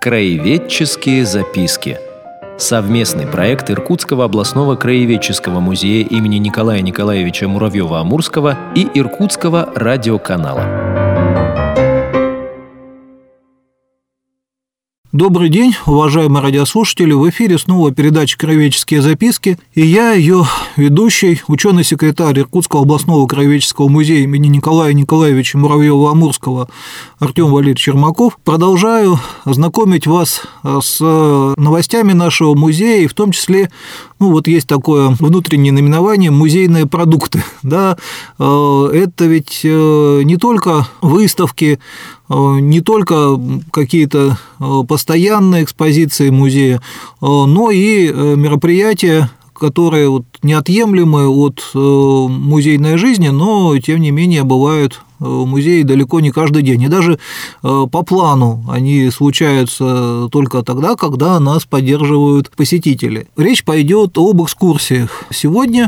Краеведческие записки. Совместный проект Иркутского областного краеведческого музея имени Николая Николаевича Муравьева-Амурского и Иркутского радиоканала. Добрый день, уважаемые радиослушатели! В эфире снова передача «Краеведческие записки», и я, ее ведущий, ученый-секретарь Иркутского областного краеведческого музея имени Николая Николаевича Муравьева-Амурского Артем Валерьевич Чермаков, продолжаю знакомить вас с новостями нашего музея, и в том числе, есть такое внутреннее наименование «музейные продукты». Да? Это ведь не только выставки, не только какие-то постоянные экспозиции музея, но и мероприятия, которые неотъемлемы от музейной жизни, но, тем не менее, бывают в музее далеко не каждый день. И даже по плану они случаются только тогда, когда нас поддерживают посетители. Речь пойдет об экскурсиях сегодня,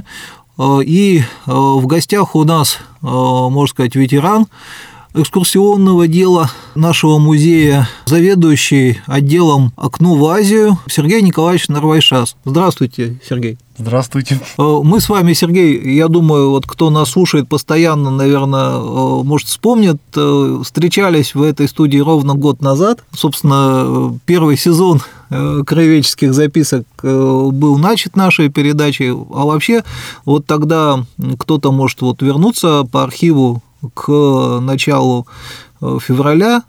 и в гостях у нас, можно сказать, ветеран экскурсионного дела нашего музея, заведующий отделом «Окно в Азию» Сергей Николаевич Нарвайшас. Здравствуйте, Сергей. Здравствуйте. Мы с вами, Сергей, я думаю, кто нас слушает постоянно, наверное, может, вспомнит, встречались в этой студии ровно год назад. Собственно, первый сезон краеведческих записок был начат нашей передачей, а вообще тогда кто-то может вернуться по архиву к началу февраля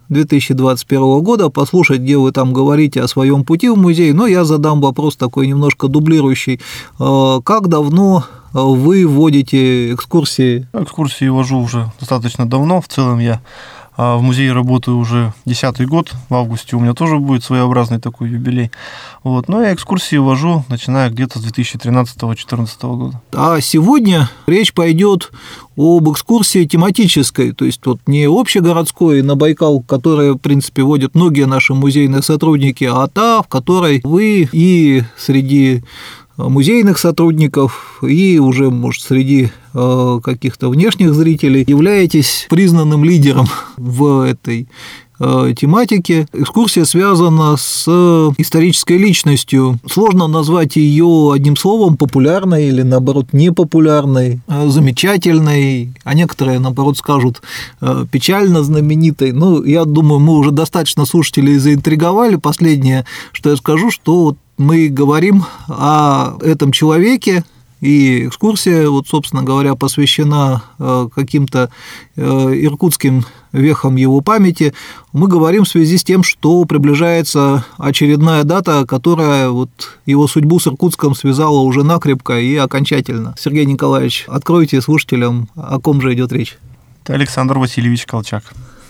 2021 года, послушать, где вы там говорите о своем пути в музей, но я задам вопрос такой немножко дублирующий. Как давно вы вводите экскурсии? Экскурсии вожу уже достаточно давно. В целом я в музее работаю уже 10-й год. В августе у меня тоже будет своеобразный такой юбилей. Но я экскурсии вожу, начиная где-то с 2013-2014 года. А сегодня речь пойдет об экскурсии тематической, то есть не общегородской на Байкал, которая, в принципе, водят многие наши музейные сотрудники, а та, в которой вы и среди музейных сотрудников, и уже, может, среди каких-то внешних зрителей являетесь признанным лидером в этой тематике. Экскурсия связана с исторической личностью. Сложно назвать ее одним словом популярной или, наоборот, непопулярной, замечательной, а некоторые, наоборот, скажут печально знаменитой. Я думаю, мы уже достаточно слушателей заинтриговали. Последнее, что я скажу, что мы говорим о этом человеке, и экскурсия, собственно говоря, посвящена каким-то иркутским вехам его памяти. Мы говорим в связи с тем, что приближается очередная дата, которая его судьбу с Иркутском связала уже накрепко и окончательно. Сергей Николаевич, откройте слушателям, о ком же идет речь. Это Александр Васильевич Колчак.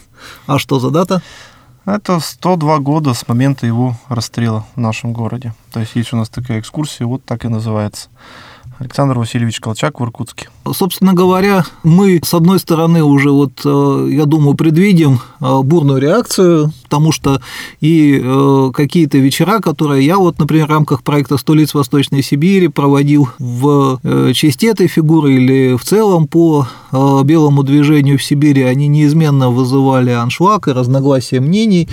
А что за дата? Это 102 года с момента его расстрела в нашем городе. То есть есть у нас такая экскурсия, так и называется. Александр Васильевич Колчак в Иркутске. Собственно говоря, мы, с одной стороны, уже, я думаю, предвидим бурную реакцию, потому что и какие-то вечера, которые я, например, в рамках проекта «100 лиц Восточной Сибири» проводил в честь этой фигуры или в целом по белому движению в Сибири, они неизменно вызывали аншлаг и разногласия мнений,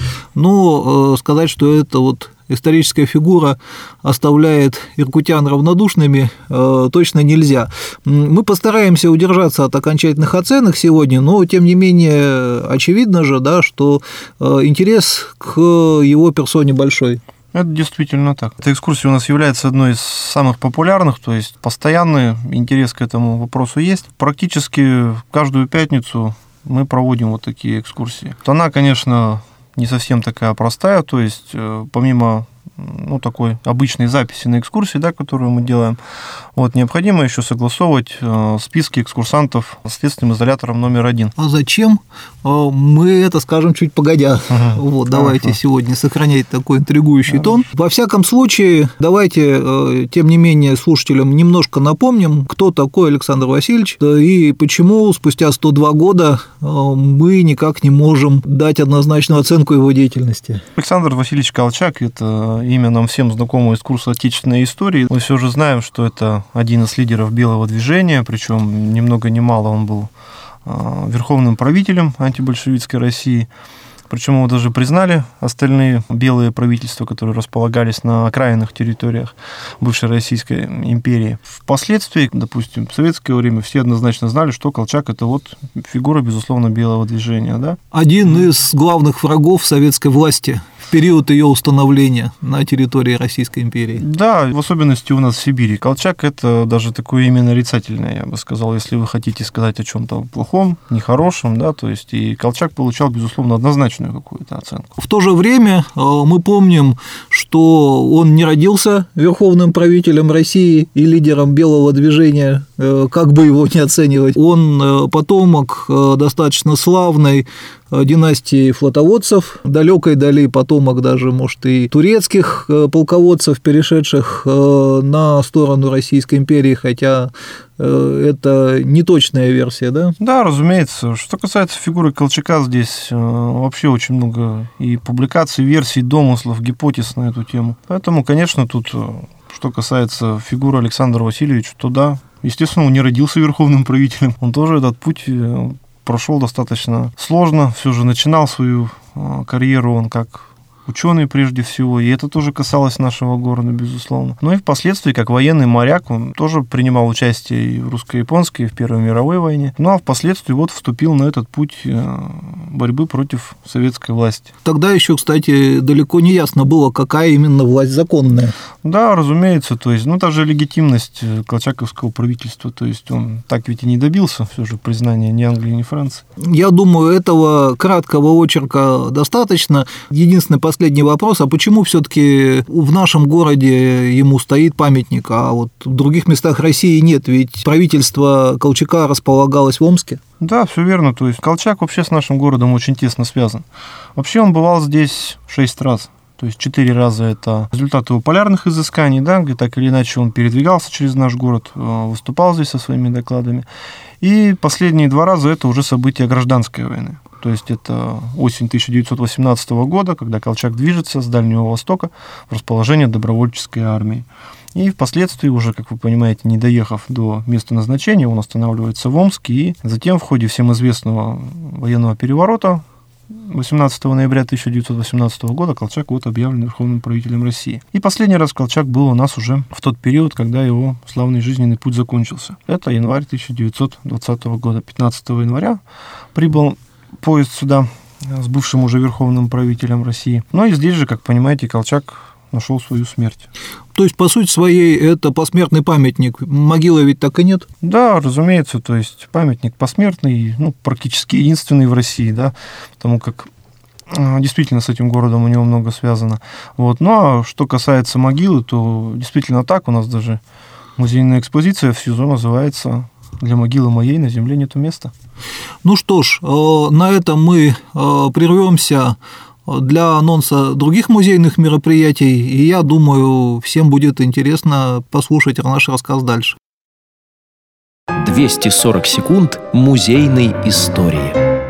но сказать, что это историческая фигура оставляет иркутян равнодушными, точно нельзя. Мы постараемся удержаться от окончательных оценок сегодня, но, тем не менее, очевидно же, что интерес к его персоне большой. Это действительно так. Эта экскурсия у нас является одной из самых популярных, то есть постоянный интерес к этому вопросу есть. Практически каждую пятницу мы проводим такие экскурсии. Она, конечно, не совсем такая простая, то есть помимо такой обычной записи на экскурсии, которую мы делаем, необходимо еще согласовывать списки экскурсантов с следственным изолятором номер 1. А зачем? Мы это скажем чуть погодя. Давайте сегодня сохранять такой интригующий тон. Во всяком случае, давайте, тем не менее, слушателям немножко напомним, кто такой Александр Васильевич и почему спустя 102 года мы никак не можем дать однозначную оценку его деятельности. Александр Васильевич Колчак – это имя нам всем знакомое из курса отечественной истории. Мы все же знаем, что это один из лидеров белого движения, причем ни много ни мало он был верховным правителем антибольшевистской России. Причем его даже признали остальные белые правительства, которые располагались на окраинных территориях бывшей Российской империи. Впоследствии, допустим, в советское время все однозначно знали, что Колчак – это вот фигура, безусловно, белого движения. Да? Один из главных врагов советской власти в период ее установления на территории Российской империи. Да, в особенности у нас в Сибири. Колчак – это даже такое имя нарицательное, я бы сказал, если вы хотите сказать о чем-то плохом, нехорошем, да, то есть и Колчак получал, безусловно, однозначную какую-то оценку. В то же время мы помним, что он не родился верховным правителем России и лидером белого движения, как бы его ни оценивать. Он потомок достаточно славной династии флотоводцев, далекой дали потомок даже, может, и турецких полководцев, перешедших на сторону Российской империи, хотя это неточная версия, да? Да, разумеется. Что касается фигуры Колчака, здесь вообще очень много и публикаций, версий, домыслов, гипотез на эту тему. Поэтому, конечно, тут, что касается фигуры Александра Васильевича, то да, естественно, он не родился верховным правителем. Он тоже этот путь прошел достаточно сложно, все же начинал свою карьеру он как ученый прежде всего, и это тоже касалось нашего города, безусловно. Но и впоследствии, как военный моряк, он тоже принимал участие и в русско-японской, и в Первой мировой войне. Ну а впоследствии вот вступил на этот путь борьбы против советской власти. Тогда еще, кстати, далеко не ясно было, какая именно власть законная. Да, разумеется, то есть, та же легитимность колчаковского правительства, то есть он так ведь и не добился все же признания ни Англии, ни Франции. Я думаю, этого краткого очерка достаточно. Единственный последний вопрос, а почему все-таки в нашем городе ему стоит памятник, а вот в других местах России нет? Ведь правительство Колчака располагалось в Омске. Да, все верно. То есть Колчак вообще с нашим городом очень тесно связан. Вообще он бывал здесь 6 раз. То есть 4 раза это результат его полярных изысканий, да, где так или иначе он передвигался через наш город, выступал здесь со своими докладами. И последние 2 раза это уже события гражданской войны. То есть это осень 1918 года, когда Колчак движется с Дальнего Востока в расположение добровольческой армии. И впоследствии уже, как вы понимаете, не доехав до места назначения, он останавливается в Омске, и затем в ходе всем известного военного переворота 18 ноября 1918 года Колчак объявлен верховным правителем России. И последний раз Колчак был у нас уже в тот период, когда его славный жизненный путь закончился. Это январь 1920 года. 15 января прибыл поезд сюда с бывшим уже верховным правителем России. Ну и здесь же, как понимаете, Колчак нашел свою смерть. То есть, по сути своей, это посмертный памятник. Могилы ведь так и нет? Да, разумеется, то есть памятник посмертный, практически единственный в России, да, потому как действительно с этим городом у него много связано. Вот. Ну, а что касается могилы, то действительно так, у нас даже музейная экспозиция в СИЗО называется «Для могилы моей на земле нету места». Ну что ж, на этом мы прервемся для анонса других музейных мероприятий, и я думаю, всем будет интересно послушать наш рассказ дальше. 240 секунд музейной истории.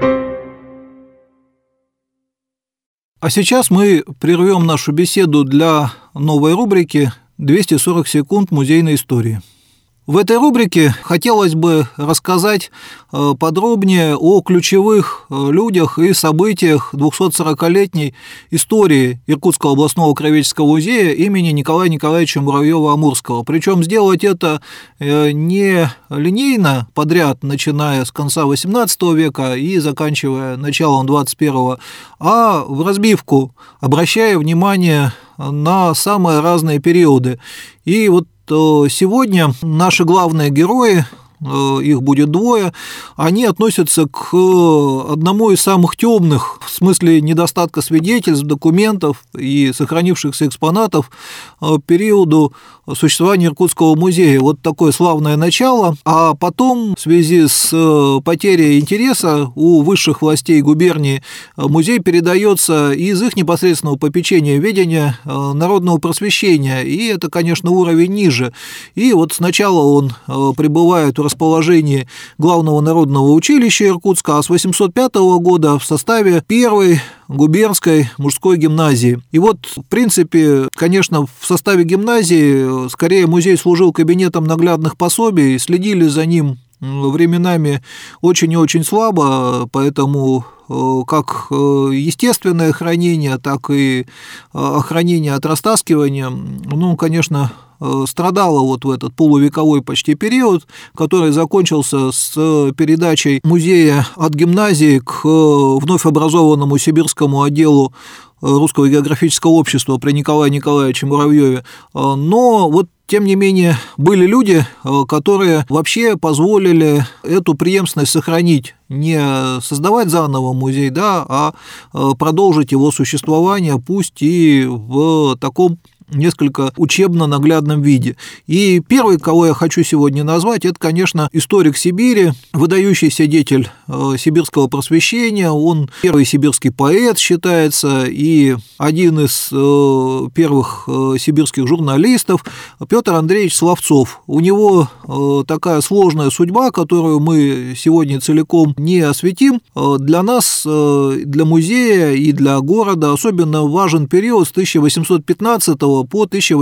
А сейчас мы прервем нашу беседу для новой рубрики «240 секунд музейной истории». В этой рубрике хотелось бы рассказать подробнее о ключевых людях и событиях 240-летней истории Иркутского областного краеведческого музея имени Николая Николаевича Муравьева-Амурского. Причем сделать это не линейно подряд, начиная с конца XVIII века и заканчивая началом XXI, а в разбивку, обращая внимание на самые разные периоды. И вот сегодня наши главные герои, их будет 2, они относятся к одному из самых темных, в смысле недостатка свидетельств, документов и сохранившихся экспонатов, периоду существования Иркутского музея. Вот такое славное начало, а потом в связи с потерей интереса у высших властей губернии музей передается из их непосредственного попечения ведения народного просвещения, и это, конечно, уровень ниже. И вот сначала он пребывает в расположении Главного народного училища Иркутска, а с 805 года в составе первой губернской мужской гимназии. И вот, в принципе, конечно, в составе гимназии скорее музей служил кабинетом наглядных пособий, следили за ним временами очень и очень слабо, поэтому как естественное хранение, так и хранение от растаскивания, конечно, страдала вот в этот полувековой почти период, который закончился с передачей музея от гимназии к вновь образованному сибирскому отделу Русского географического общества при Николае Николаевиче Муравьеве. Но вот тем не менее, были люди, которые вообще позволили эту преемственность сохранить, не создавать заново музей, а продолжить его существование, пусть и в таком несколько учебно-наглядном виде. И первый, кого я хочу сегодня назвать, это, конечно, историк Сибири, выдающийся деятель сибирского просвещения, он первый сибирский поэт считается и один из первых сибирских журналистов, Петр Андреевич Словцов. У него такая сложная судьба, которую мы сегодня целиком не осветим. Для нас, для музея и для города особенно важен период с 1815 по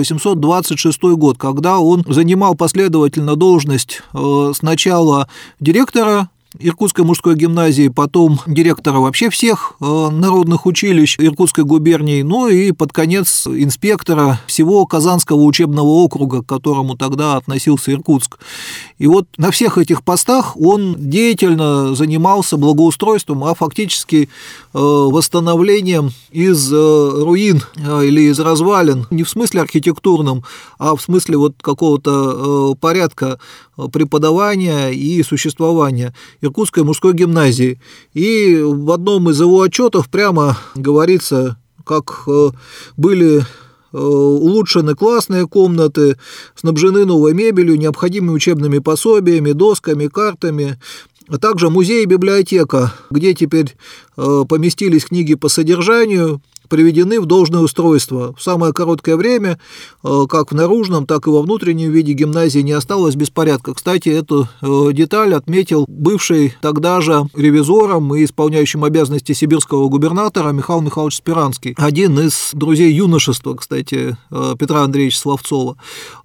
1826 год, когда он занимал последовательно должность сначала директора Иркутской мужской гимназии, потом директора вообще всех народных училищ Иркутской губернии, и под конец инспектора всего Казанского учебного округа, к которому тогда относился Иркутск. И вот на всех этих постах он деятельно занимался благоустройством, а фактически восстановлением из руин или из развалин, не в смысле архитектурном, а в смысле вот какого-то порядка преподавания и существования Иркутской мужской гимназии. И в одном из его отчетов прямо говорится, как были улучшены классные комнаты, снабжены новой мебелью, необходимыми учебными пособиями, досками, картами, а также музей и библиотека, где теперь поместились книги по содержанию, приведены в должное устройство. В самое короткое время, как в наружном, так и во внутреннем виде гимназии не осталось беспорядка. Кстати, эту деталь отметил бывший тогда же ревизором и исполняющим обязанности сибирского губернатора Михаил Михайлович Спиранский, один из друзей юношества, кстати, Петра Андреевича Словцова.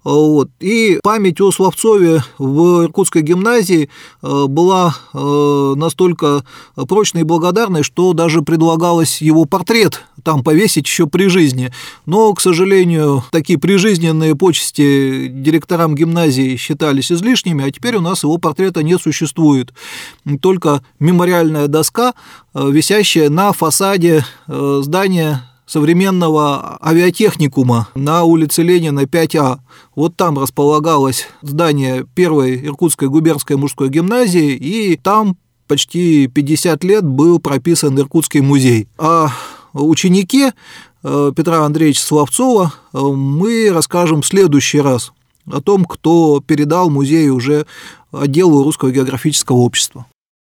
И память о Словцове в Иркутской гимназии была настолько прочной и благодарной, что даже предлагалось его портрет там повесить еще при жизни. Но, к сожалению, такие прижизненные почести директорам гимназии считались излишними, а теперь у нас его портрета не существует. Только мемориальная доска, висящая на фасаде здания современного авиатехникума на улице Ленина, 5А. Вот там располагалось здание первой Иркутской губернской мужской гимназии, и там почти 50 лет был прописан Иркутский музей. А ученике Петра Андреевича Словцова мы расскажем в следующий раз о том, кто передал музей уже отделу Русского географического общества.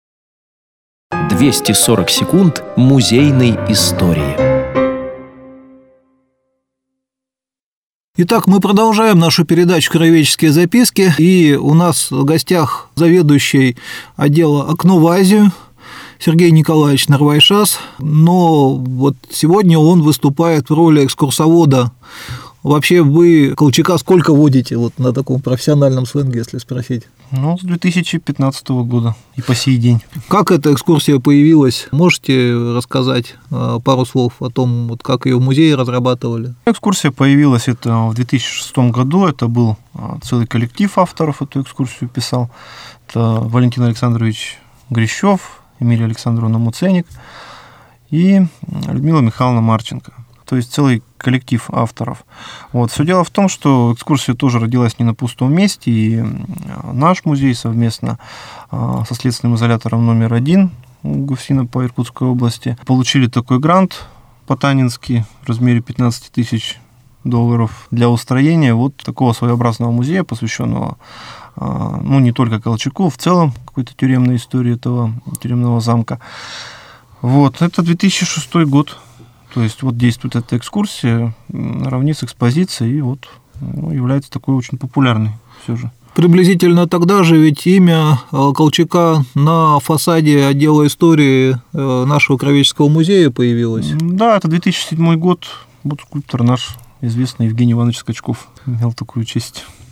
240 секунд музейной истории. Итак, мы продолжаем нашу передачу «Краеведческие записки», и у нас в гостях заведующий отдела «Окно в Азию» Сергей Николаевич Нарвайшас, но вот сегодня он выступает в роли экскурсовода. Вообще вы Колчака сколько водите вот на таком профессиональном сленге, если спросить? С 2015 года и по сей день. Как эта экскурсия появилась? Можете рассказать пару слов о том, вот как ее в музее разрабатывали? Экскурсия появилась это в 2006 году. Это был целый коллектив авторов, эту экскурсию писал. Это Валентин Александрович Грищев, Эмилия Александровна Муценник и Людмила Михайловна Марченко. То есть целый коллектив авторов. Все дело в том, что экскурсия тоже родилась не на пустом месте, и наш музей совместно со следственным изолятором номер 1 ГУФСИНа по Иркутской области получили такой грант потанинский в размере $15 000 для устроения вот такого своеобразного музея, посвященного не только Колчаку, в целом какой-то тюремной истории этого тюремного замка. Это 2006 год. То есть действует эта экскурсия наравне с экспозицией и является такой очень популярной все же. Приблизительно тогда же ведь имя Колчака на фасаде отдела истории нашего Краеведческого музея появилось. Да, это 2007 год. Скульптор наш, известный Евгений Иванович Скачков, имел такую честь.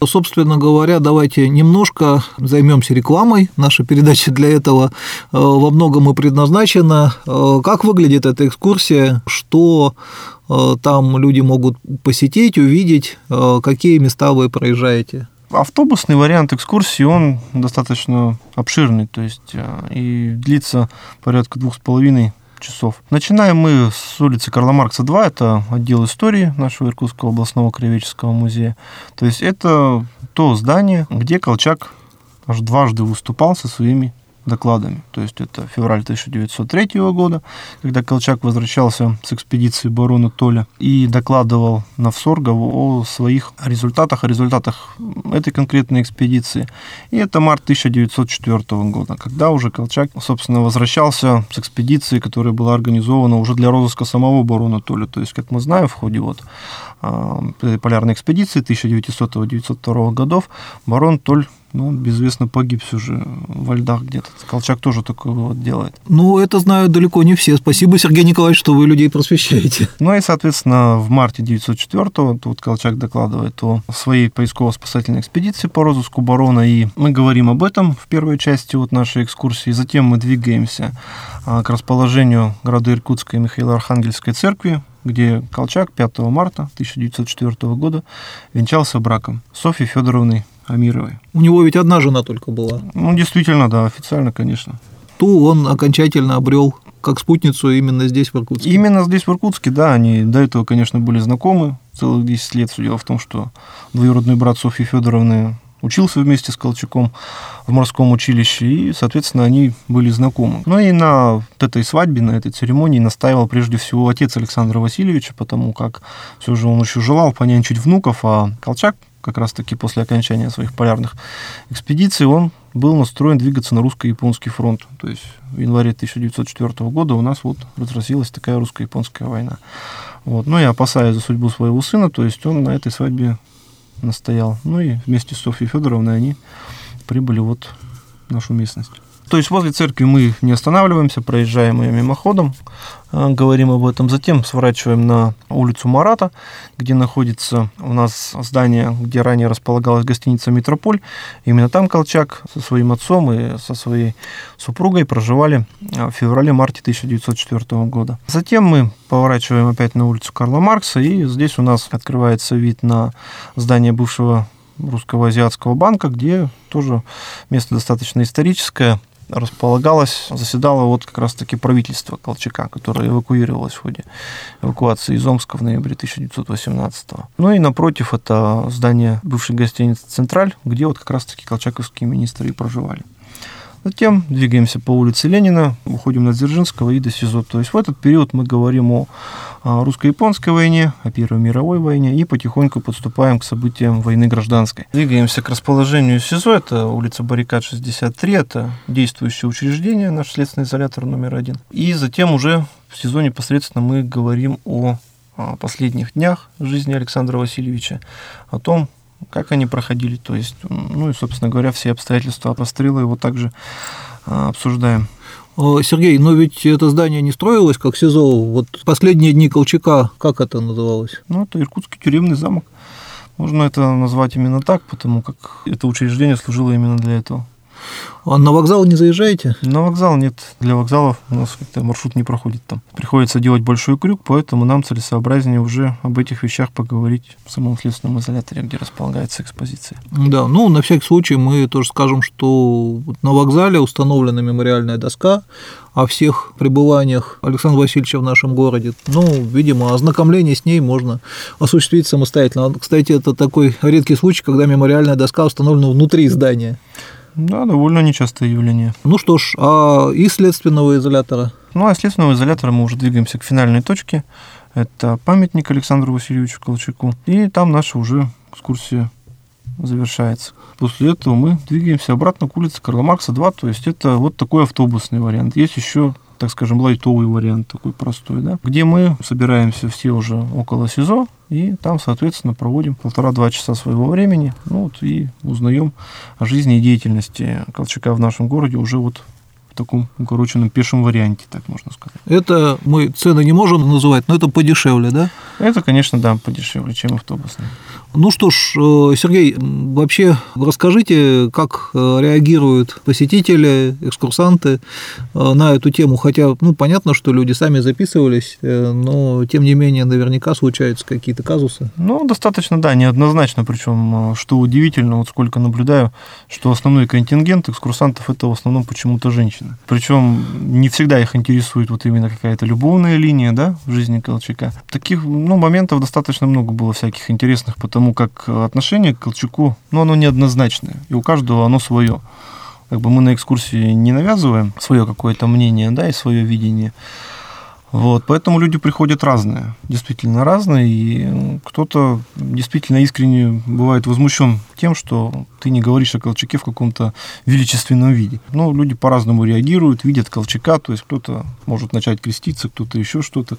Собственно говоря, давайте немножко займемся рекламой. Наша передача для этого во многом и предназначена. Как выглядит эта экскурсия, что там люди могут посетить, увидеть, какие места вы проезжаете? Автобусный вариант экскурсии, он достаточно обширный, то есть и длится порядка 2,5 часов. Начинаем мы с улицы Карла Маркса, 2, это отдел истории нашего Иркутского областного краеведческого музея. То есть это то здание, где Колчак аж дважды выступал со своими докладами. То есть это февраль 1903 года, когда Колчак возвращался с экспедиции барона Толя и докладывал на Всоргову о своих результатах этой конкретной экспедиции. И это март 1904 года, когда уже Колчак, собственно, возвращался с экспедиции, которая была организована уже для розыска самого барона Толя. То есть, как мы знаем, в ходе этой полярной экспедиции 1900-1902 годов барон Толь, безвестно погиб все же во льдах где-то. Колчак тоже такой вывод делает. Это знают далеко не все. Спасибо, Сергей Николаевич, что вы людей просвещаете. И, соответственно, в марте 1904-го тут Колчак докладывает о своей поисково-спасательной экспедиции по розыску барона, и мы говорим об этом в первой части нашей экскурсии. Затем мы двигаемся к расположению города Иркутска и Михаило-Архангельской церкви, где Колчак 5 марта 1904 года венчался браком с Софьей Федоровной Амировой. У него ведь одна жена только была. Действительно, да, официально, конечно. Ту он окончательно обрел как спутницу именно здесь, в Иркутске. Именно здесь, в Иркутске, да, они до этого, конечно, были знакомы целых 10 лет. Дело в том, что двоюродный брат Софьи Федоровны учился вместе с Колчаком в морском училище, и, соответственно, они были знакомы. И на этой свадьбе, на этой церемонии настаивал прежде всего отец Александра Васильевича, потому как все же он еще желал понянчить внуков, а Колчак как раз-таки после окончания своих полярных экспедиций он был настроен двигаться на русско-японский фронт. То есть в январе 1904 года у нас разразилась такая русско-японская война. И опасаясь за судьбу своего сына, то есть он на этой свадьбе настоял. И вместе с Софьей Федоровной они прибыли в нашу местность. То есть возле церкви мы не останавливаемся, проезжаем ее мимоходом, говорим об этом. Затем сворачиваем на улицу Марата, где находится у нас здание, где ранее располагалась гостиница «Метрополь». Именно там Колчак со своим отцом и со своей супругой проживали в феврале-марте 1904 года. Затем мы поворачиваем опять на улицу Карла Маркса, и здесь у нас открывается вид на здание бывшего Русского азиатского банка, где тоже место достаточно историческое, заседало как раз-таки правительство Колчака, которое эвакуировалось в ходе эвакуации из Омска в ноябре 1918 года. И напротив это здание бывшей гостиницы «Централь», где как раз-таки колчаковские министры и проживали. Затем двигаемся по улице Ленина, уходим на Дзержинского и до СИЗО. То есть в этот период мы говорим о русско-японской войне, о Первой мировой войне и потихоньку подступаем к событиям войны гражданской. Двигаемся к расположению СИЗО, это улица Баррикад, 63, это действующее учреждение, наш следственный изолятор номер 1. И затем уже в СИЗО непосредственно мы говорим о последних днях жизни Александра Васильевича, о том, как они проходили, то есть, и, собственно говоря, все обстоятельства расстрела его также обсуждаем. Сергей, но ведь это здание не строилось как СИЗО. Последние дни Колчака, как это называлось? Это Иркутский тюремный замок. Можно это назвать именно так, потому как это учреждение служило именно для этого. А на вокзал не заезжаете? На вокзал нет. Для вокзалов у нас как-то маршрут не проходит там. Приходится делать большой крюк, поэтому нам целесообразнее уже об этих вещах поговорить в самом следственном изоляторе, где располагается экспозиция. Да, на всякий случай мы тоже скажем, что на вокзале установлена мемориальная доска о всех пребываниях Александра Васильевича в нашем городе. Видимо, ознакомление с ней можно осуществить самостоятельно. Кстати, это такой редкий случай, когда мемориальная доска установлена внутри здания. Да, довольно нечастое явление. Что ж, а из следственного изолятора? Из следственного изолятора мы уже двигаемся к финальной точке. Это памятник Александру Васильевичу Колчаку. И там наша уже экскурсия завершается. После этого мы двигаемся обратно к улице Карла Маркса, 2. То есть это такой автобусный вариант. Есть еще, так скажем, лайтовый вариант, такой простой, где мы собираемся все уже около СИЗО, и там, соответственно, проводим 1,5-2 часа своего времени, и узнаем о жизни и деятельности Колчака в нашем городе уже в таком укороченном пешем варианте, так можно сказать. Это мы цены не можем называть, но это подешевле, да? Это, конечно, да, подешевле, чем автобусный. Ну что ж, Сергей, вообще расскажите, как реагируют посетители, экскурсанты на эту тему, хотя, понятно, что люди сами записывались, но, тем не менее, наверняка случаются какие-то казусы. Достаточно, неоднозначно, причем, что удивительно, вот сколько наблюдаю, что основной контингент экскурсантов – это в основном почему-то женщины. Причем не всегда их интересует вот именно какая-то любовная линия, в жизни Колчака. Таких, моментов достаточно много было всяких интересных, потому как отношение к Колчаку, оно неоднозначное, и у каждого оно свое. Мы на экскурсии не навязываем свое какое-то мнение, и свое видение. Поэтому люди приходят разные, действительно разные, и кто-то действительно искренне бывает возмущен тем, что ты не говоришь о Колчаке в каком-то величественном виде. Люди по-разному реагируют, видят Колчака, то есть кто-то может начать креститься, кто-то еще что-то,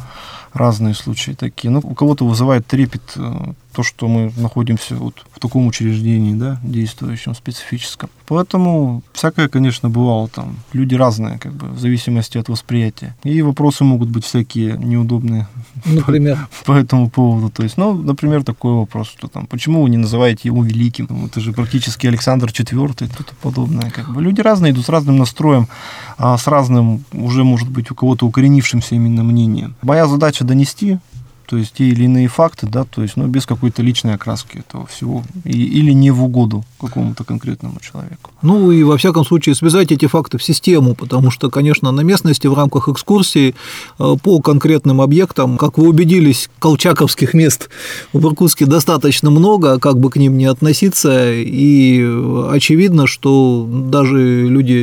разные случаи такие. У кого-то вызывает трепет то, что мы находимся в таком учреждении, действующем, специфическом. Поэтому всякое, конечно, бывало там. Люди разные, в зависимости от восприятия. И вопросы могут быть всякие неудобные. Например? По этому поводу. То есть, например, такой вопрос, что почему вы не называете его великим? Это же практически Александр IV, что-то подобное. Люди разные, идут с разным настроем, с разным, уже, может быть, у кого-то укоренившимся именно мнением. Моя задача донести, то есть те или иные факты, то есть, без какой-то личной окраски этого всего, или не в угоду какому-то конкретному человеку. И во всяком случае связать эти факты в систему, потому что, конечно, на местности в рамках экскурсии по конкретным объектам, как вы убедились, колчаковских мест в Иркутске достаточно много, как бы к ним ни относиться, и очевидно, что даже люди,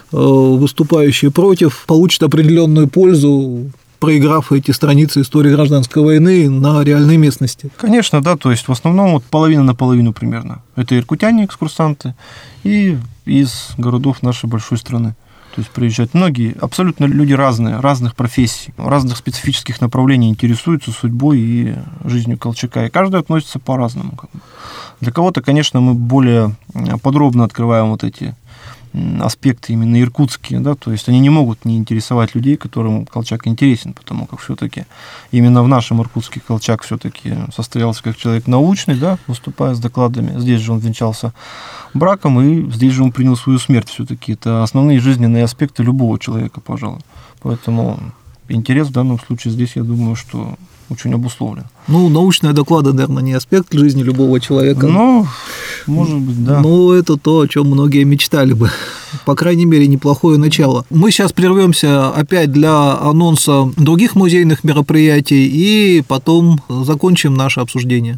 выступающие против, получат определенную пользу, проиграв эти страницы истории гражданской войны на реальной местности. Конечно, то есть в основном половина на половину примерно. Это иркутяне, экскурсанты, и из городов нашей большой страны. То есть приезжают многие, абсолютно люди разные, разных профессий, разных специфических направлений интересуются судьбой и жизнью Колчака, и каждый относится по-разному. Для кого-то, конечно, мы более подробно открываем эти аспекты именно иркутские, то есть они не могут не интересовать людей, которым Колчак интересен, потому как все-таки именно в нашем Иркутске Колчак все-таки состоялся как человек научный, выступая с докладами. Здесь же он венчался браком, и здесь же он принял свою смерть все-таки. Это основные жизненные аспекты любого человека, пожалуй. Поэтому интерес в данном случае здесь, я думаю, что очень обусловлен. Научные доклады, наверное, не аспект жизни любого человека. Может быть, да. Но это то, о чем многие мечтали бы. По крайней мере, неплохое начало. Мы сейчас прервемся опять для анонса других музейных мероприятий и потом закончим наше обсуждение.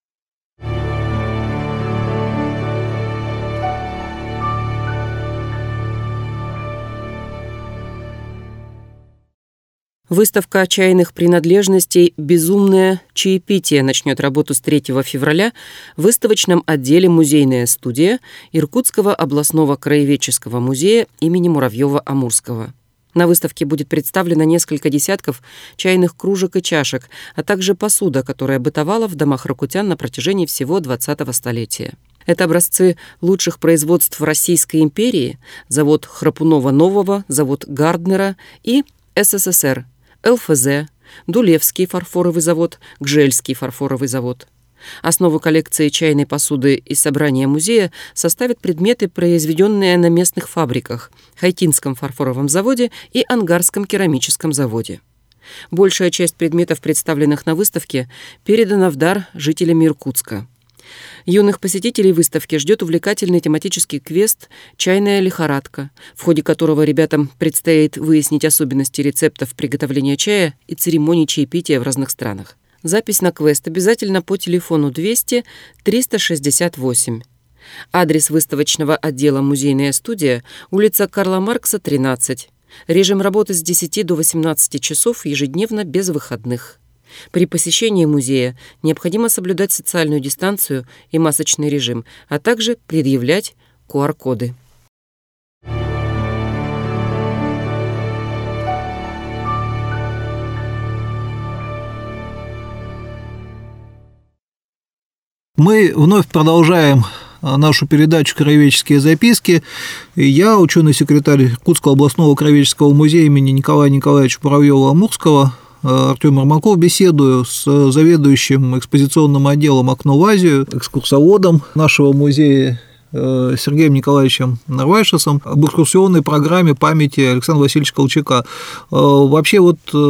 Выставка чайных принадлежностей «Безумное чаепитие» начнет работу с 3 февраля в выставочном отделе «Музейная студия» Иркутского областного краеведческого музея имени Муравьева-Амурского. На выставке будет представлено несколько десятков чайных кружек и чашек, а также посуда, которая бытовала в домах иркутян на протяжении всего 20-го столетия. Это образцы лучших производств Российской империи, завод Храпунова-Нового, завод Гарднера и СССР, ЛФЗ, Дулевский фарфоровый завод, Гжельский фарфоровый завод. Основу коллекции чайной посуды из собрания музея составят предметы, произведенные на местных фабриках – Хайтинском фарфоровом заводе и Ангарском керамическом заводе. Большая часть предметов, представленных на выставке, передана в дар жителям Иркутска. Юных посетителей выставки ждет увлекательный тематический квест «Чайная лихорадка», в ходе которого ребятам предстоит выяснить особенности рецептов приготовления чая и церемоний чаепития в разных странах. Запись на квест обязательно по телефону 200 368. Адрес выставочного отдела «Музейная студия», улица Карла Маркса, 13. Режим работы с 10 до 18 часов ежедневно без выходных. При посещении музея необходимо соблюдать социальную дистанцию и масочный режим, а также предъявлять QR-коды. Мы вновь продолжаем нашу передачу «Краеведческие записки». Я, ученый секретарь Иркутского областного краеведческого музея имени Николая Николаевича Муравьева-Амурского, Артем Ермаков, беседую с заведующим экспозиционным отделом «Окно в Азию», экскурсоводом нашего музея Сергеем Николаевичем Нарвайшесом об экскурсионной программе памяти Александра Васильевича Колчака. Вообще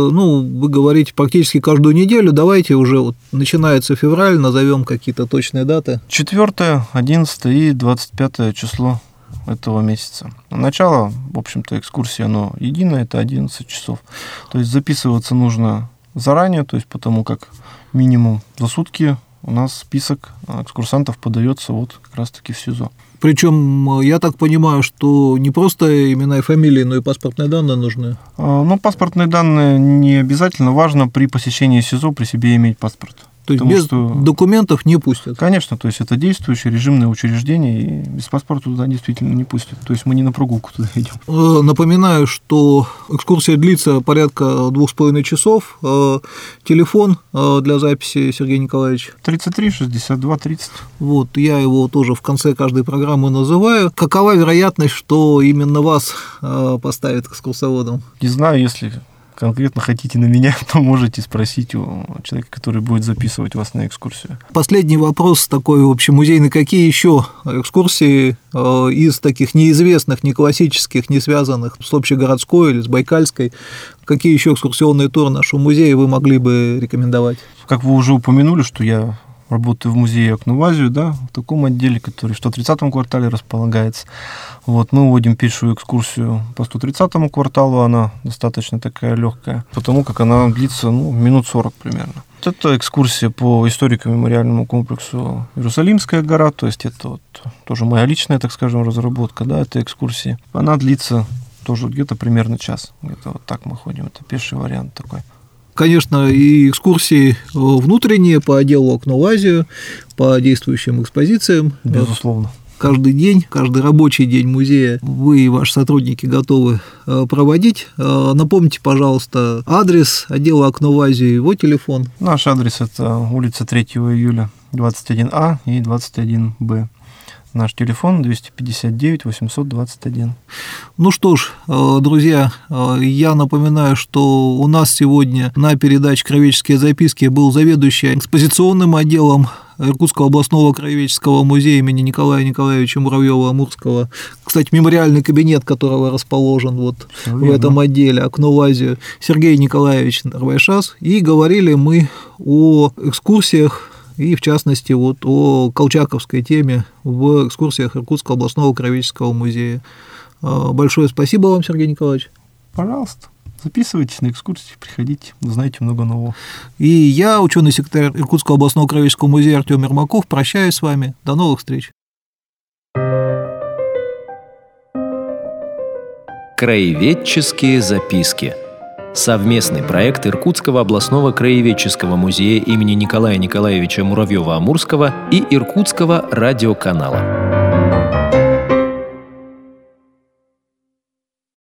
вы говорите практически каждую неделю, давайте уже начинается февраль, назовем какие-то точные даты. 4, 11 и 25 число этого месяца. Начало, в общем-то, экскурсии, оно единое, это 11 часов. То есть записываться нужно заранее, то есть потому как минимум за сутки у нас список экскурсантов подается как раз-таки в СИЗО. Причем я так понимаю, что не просто имена и фамилии, но и паспортные данные нужны? Паспортные данные не обязательно. Важно при посещении СИЗО при себе иметь паспорт. То есть без документов не пустят? Конечно, то есть это действующее режимное учреждение, и без паспорта туда действительно не пустят. То есть мы не на прогулку туда идем. Напоминаю, что экскурсия длится порядка 2,5 часов. Телефон для записи, Сергей Николаевич? 33 62 30. Я его тоже в конце каждой программы называю. Какова вероятность, что именно вас поставят экскурсоводом? Не знаю, если конкретно хотите на меня, то можете спросить у человека, который будет записывать вас на экскурсию. Последний вопрос такой общемузейный. Какие еще экскурсии из таких неизвестных, не классических, не связанных с общегородской или с Байкальской, какие еще экскурсионные туры нашего музея вы могли бы рекомендовать? Как вы уже упомянули, что я работаю в музее «Окно в Азию», в таком отделе, который в 130-м квартале располагается. Мы вводим пешую экскурсию по 130-му кварталу, она достаточно такая легкая, потому как она длится минут 40 примерно. Это экскурсия по историко-мемориальному комплексу «Иерусалимская гора», то есть это тоже моя личная, так скажем, разработка, этой экскурсии. Она длится тоже где-то примерно час. Где-то так мы ходим, это пеший вариант такой. Конечно, и экскурсии внутренние по отделу «Окно в Азию», по действующим экспозициям. Безусловно. Каждый день, каждый рабочий день музея вы и ваши сотрудники готовы проводить. Напомните, пожалуйста, адрес отдела «Окно в Азию» и его телефон. Наш адрес – это улица 3 июля, 21А и 21Б. Наш телефон 259 821. Что ж, друзья, я напоминаю, что у нас сегодня на передаче «Краеведческие записки» был заведующий экспозиционным отделом Иркутского областного краеведческого музея имени Николая Николаевича Муравьева-Амурского. Кстати, мемориальный кабинет которого расположен в этом отделе «Окно в Азию», Сергей Николаевич Нарвайшас. И говорили мы о экскурсиях, и, в частности, о колчаковской теме в экскурсиях Иркутского областного краеведческого музея. Большое спасибо вам, Сергей Николаевич. Пожалуйста, записывайтесь на экскурсии, приходите, узнаете много нового. И я, ученый секретарь Иркутского областного краеведческого музея Артем Ермаков, прощаюсь с вами. До новых встреч. Краеведческие записки. Совместный проект Иркутского областного краеведческого музея имени Николая Николаевича Муравьева-Амурского и Иркутского радиоканала.